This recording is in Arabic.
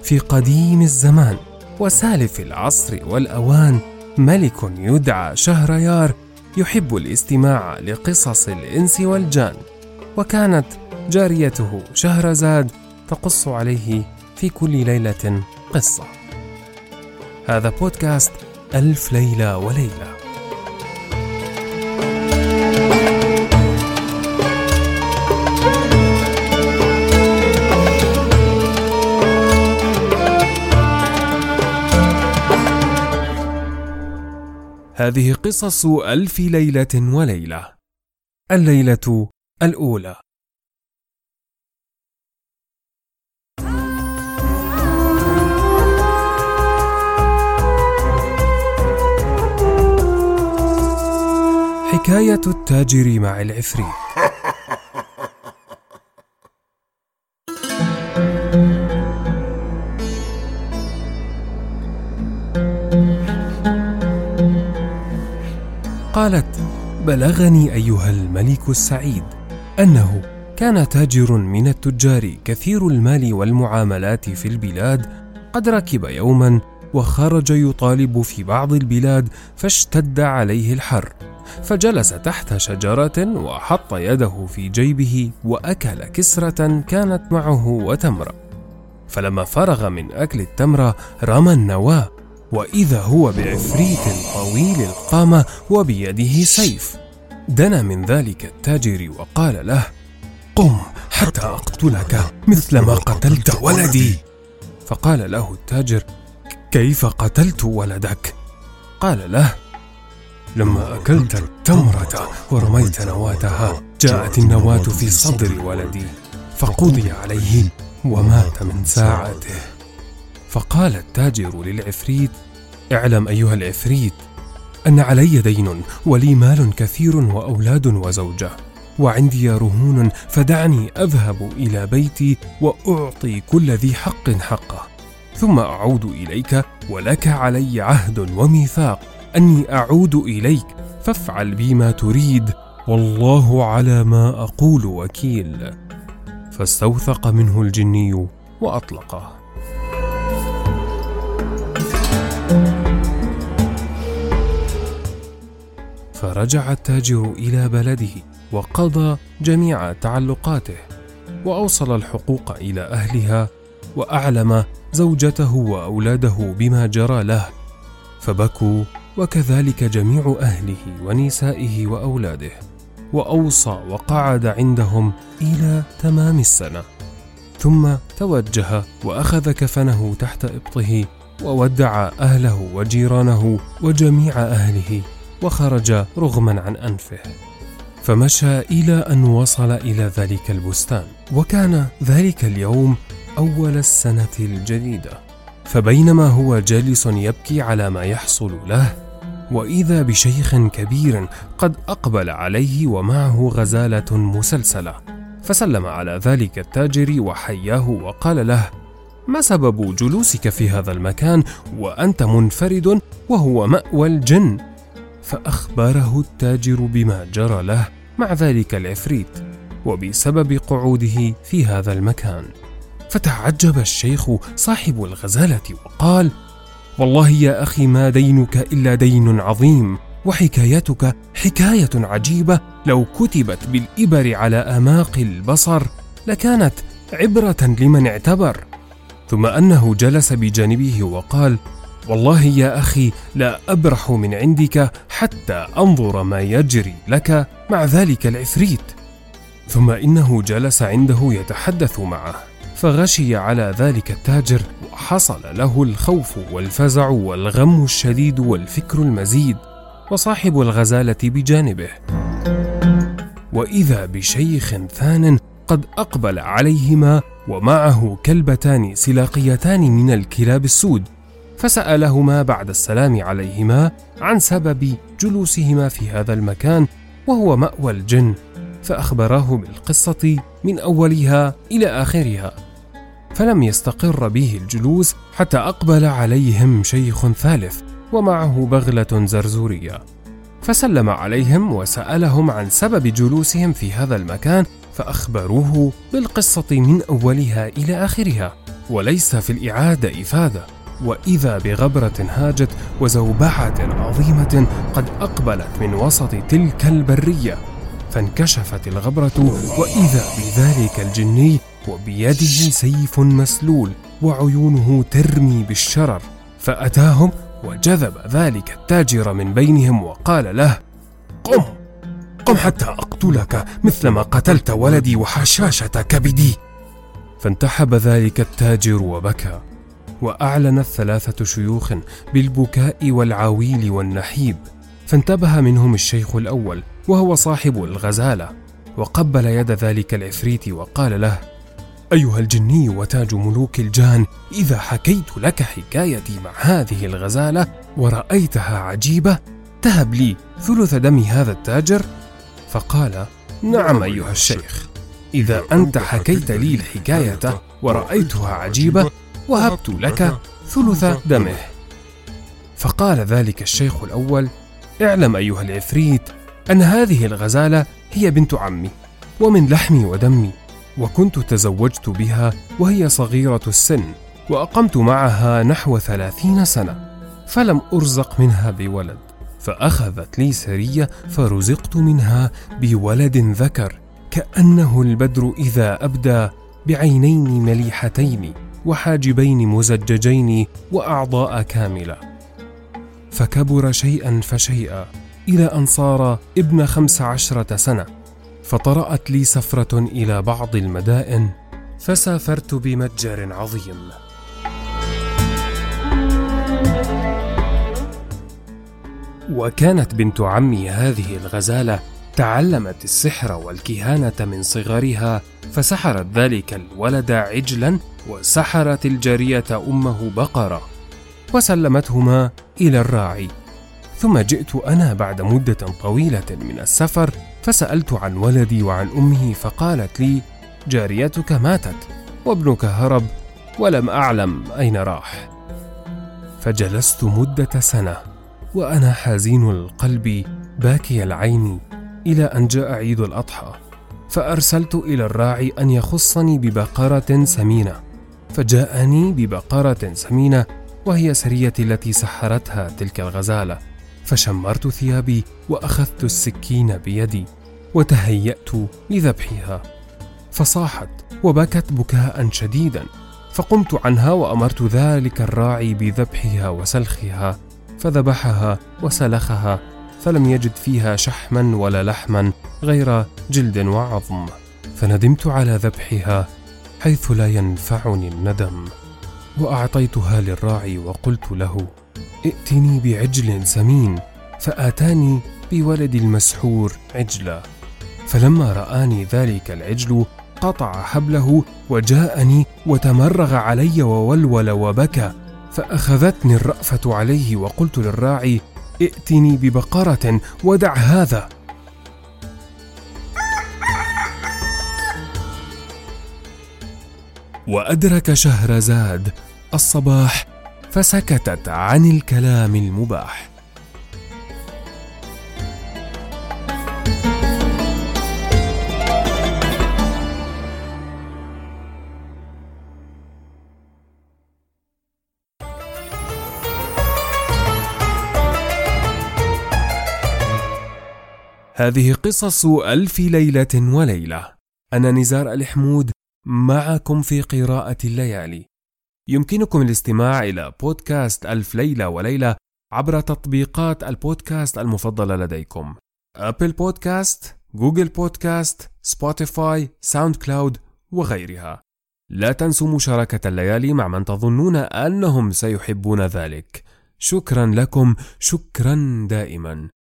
في قديم الزمان وسالف العصر والأوان ملك يدعى شهريار يحب الاستماع لقصص الإنس والجان، وكانت جاريته شهرزاد تقص عليه في كل ليلة قصة. هذا بودكاست ألف ليلة وليلة. هذه قصص ألف ليلة وليلة. الليلة الأولى. حكاية التاجر مع العفريت. قالت: بلغني أيها الملك السعيد أنه كان تاجر من التجار كثير المال والمعاملات في البلاد قد ركب يوما وخرج يطالب في بعض البلاد، فاشتد عليه الحر، فجلس تحت شجرة وحط يده في جيبه وأكل كسرة كانت معه وتمرة. فلما فرغ من أكل التمرة رمى النواة، وإذا هو بعفريت طويل القامة وبيده سيف. دنا من ذلك التاجر وقال له: قم حتى أقتلك مثل ما قتلت ولدي. فقال له التاجر: كيف قتلت ولدك؟ قال له: لما أكلت التمرة ورميت نواتها جاءت النواة في صدر ولدي فقضي عليه ومات من ساعته. فقال التاجر للعفريت: اعلم أيها العفريت أن علي دين ولي مال كثير وأولاد وزوجة، وعندي رهون، فدعني أذهب إلى بيتي وأعطي كل ذي حق حقه، ثم أعود إليك، ولك علي عهد وميثاق أني أعود إليك، فافعل بي ما تريد، والله على ما أقول وكيل. فاستوثق منه الجني وأطلقه. فرجع التاجر إلى بلده وقضى جميع تعلقاته، وأوصل الحقوق إلى أهلها، وأعلم زوجته وأولاده بما جرى له، فبكوا، وكذلك جميع أهله ونسائه وأولاده، وأوصى وقعد عندهم إلى تمام السنة، ثم توجه وأخذ كفنه تحت إبطه، وودع أهله وجيرانه وجميع أهله، وخرج رغما عن أنفه، فمشى إلى أن وصل إلى ذلك البستان. وكان ذلك اليوم أول السنة الجديدة، فبينما هو جالس يبكي على ما يحصل له، وإذا بشيخ كبير قد أقبل عليه ومعه غزالة مسلسلة، فسلم على ذلك التاجر وحياه وقال له: ما سبب جلوسك في هذا المكان وأنت منفرد وهو مأوى الجن؟ فأخبره التاجر بما جرى له مع ذلك العفريت وبسبب قعوده في هذا المكان. فتعجب الشيخ صاحب الغزالة وقال: والله يا أخي ما دينك إلا دين عظيم، وحكايتك حكاية عجيبة، لو كتبت بالإبر على أماق البصر لكانت عبرة لمن اعتبر. ثم أنه جلس بجانبه وقال: والله يا أخي لا أبرح من عندك حتى أنظر ما يجري لك مع ذلك العفريت. ثم إنه جلس عنده يتحدث معه، فغشي على ذلك التاجر، وحصل له الخوف والفزع والغم الشديد والفكر المزيد، وصاحب الغزالة بجانبه. وإذا بشيخ ثان قد أقبل عليهما ومعه كلبتان سلاقيتان من الكلاب السود، فسألهما بعد السلام عليهما عن سبب جلوسهما في هذا المكان وهو مأوى الجن، فأخبراه بالقصة من أولها إلى آخرها. فلم يستقر به الجلوس حتى أقبل عليهم شيخ ثالث ومعه بغلة زرزورية، فسلم عليهم وسألهم عن سبب جلوسهم في هذا المكان، فأخبروه بالقصة من أولها إلى آخرها، وليس في الإعادة إفادة، وإذا بغبرة هاجت وزوبعة عظيمة قد أقبلت من وسط تلك البرية، فانكشفت الغبرة وإذا بذلك الجني وبيده سيف مسلول وعيونه ترمي بالشرر، فأتاهم وجذب ذلك التاجر من بينهم وقال له: قم حتى أقتلك مثلما قتلت ولدي وحشاشة كبدي. فانتحب ذلك التاجر وبكى، وأعلن 3 شيوخ بالبكاء والعويل والنحيب، فانتبه منهم الشيخ الأول وهو صاحب الغزالة، وقبل يد ذلك العفريت وقال له: أيها الجني وتاج ملوك الجان، إذا حكيت لك حكايتي مع هذه الغزالة ورأيتها عجيبة تهب لي ثلث دم هذا التاجر؟ فقال: نعم أيها الشيخ، إذا أنت حكيت لي الحكاية ورأيتها عجيبة وهبت لك ثلث دمه. فقال ذلك الشيخ الأول: اعلم أيها العفريت أن هذه الغزالة هي بنت عمي ومن لحمي ودمي، وكنت تزوجت بها وهي صغيرة السن، وأقمت معها نحو 30 سنة، فلم أرزق منها بولد، فأخذت لي سرية فرزقت منها بولد ذكر كأنه البدر إذا أبدى، بعينين مليحتين وحاجبين مزججين وأعضاء كاملة، فكبر شيئا فشيئا إلى أن صار ابن 15 سنة، فطرأت لي سفرة إلى بعض المدائن، فسافرت بمتجر عظيم. وكانت بنت عمي هذه الغزالة تعلمت السحر والكهانة من صغرها، فسحرت ذلك الولد عجلا، وسحرت الجارية أمه بقرة، وسلمتهما إلى الراعي. ثم جئت أنا بعد مدة طويلة من السفر، فسألت عن ولدي وعن أمه، فقالت لي: جاريتك ماتت وابنك هرب ولم أعلم أين راح. فجلست مدة سنة وأنا حزين القلب باكي العين، إلى أن جاء عيد الأضحى، فأرسلت إلى الراعي أن يخصني ببقرة سمينة، فجاءني ببقرة سمينة وهي سريتي التي سحرتها تلك الغزالة، فشمرت ثيابي وأخذت السكين بيدي وتهيأت لذبحها، فصاحت وبكت بكاء شديدا، فقمت عنها وأمرت ذلك الراعي بذبحها وسلخها، فذبحها وسلخها، فلم يجد فيها شحما ولا لحما غير جلد وعظم، فندمت على ذبحها حيث لا ينفعني الندم، وأعطيتها للراعي وقلت له: ائتني بعجل سمين، فآتاني بولد المسحور عجلا، فلما رآني ذلك العجل قطع حبله وجاءني وتمرغ علي وولول وبكى، فأخذتني الرأفة عليه، وقلت للراعي: ائتني ببقرة ودع هذا. وأدرك شهرزاد الصباح فسكتت عن الكلام المباح. هذه قصص ألف ليلة وليلة. أنا نزار الحمود معكم في قراءة الليالي. يمكنكم الاستماع إلى بودكاست ألف ليلة وليلة عبر تطبيقات البودكاست المفضلة لديكم: أبل بودكاست، جوجل بودكاست، سبوتيفاي، ساوند كلاود وغيرها. لا تنسوا مشاركة الليالي مع من تظنون أنهم سيحبون ذلك. شكرا لكم، شكرا دائما.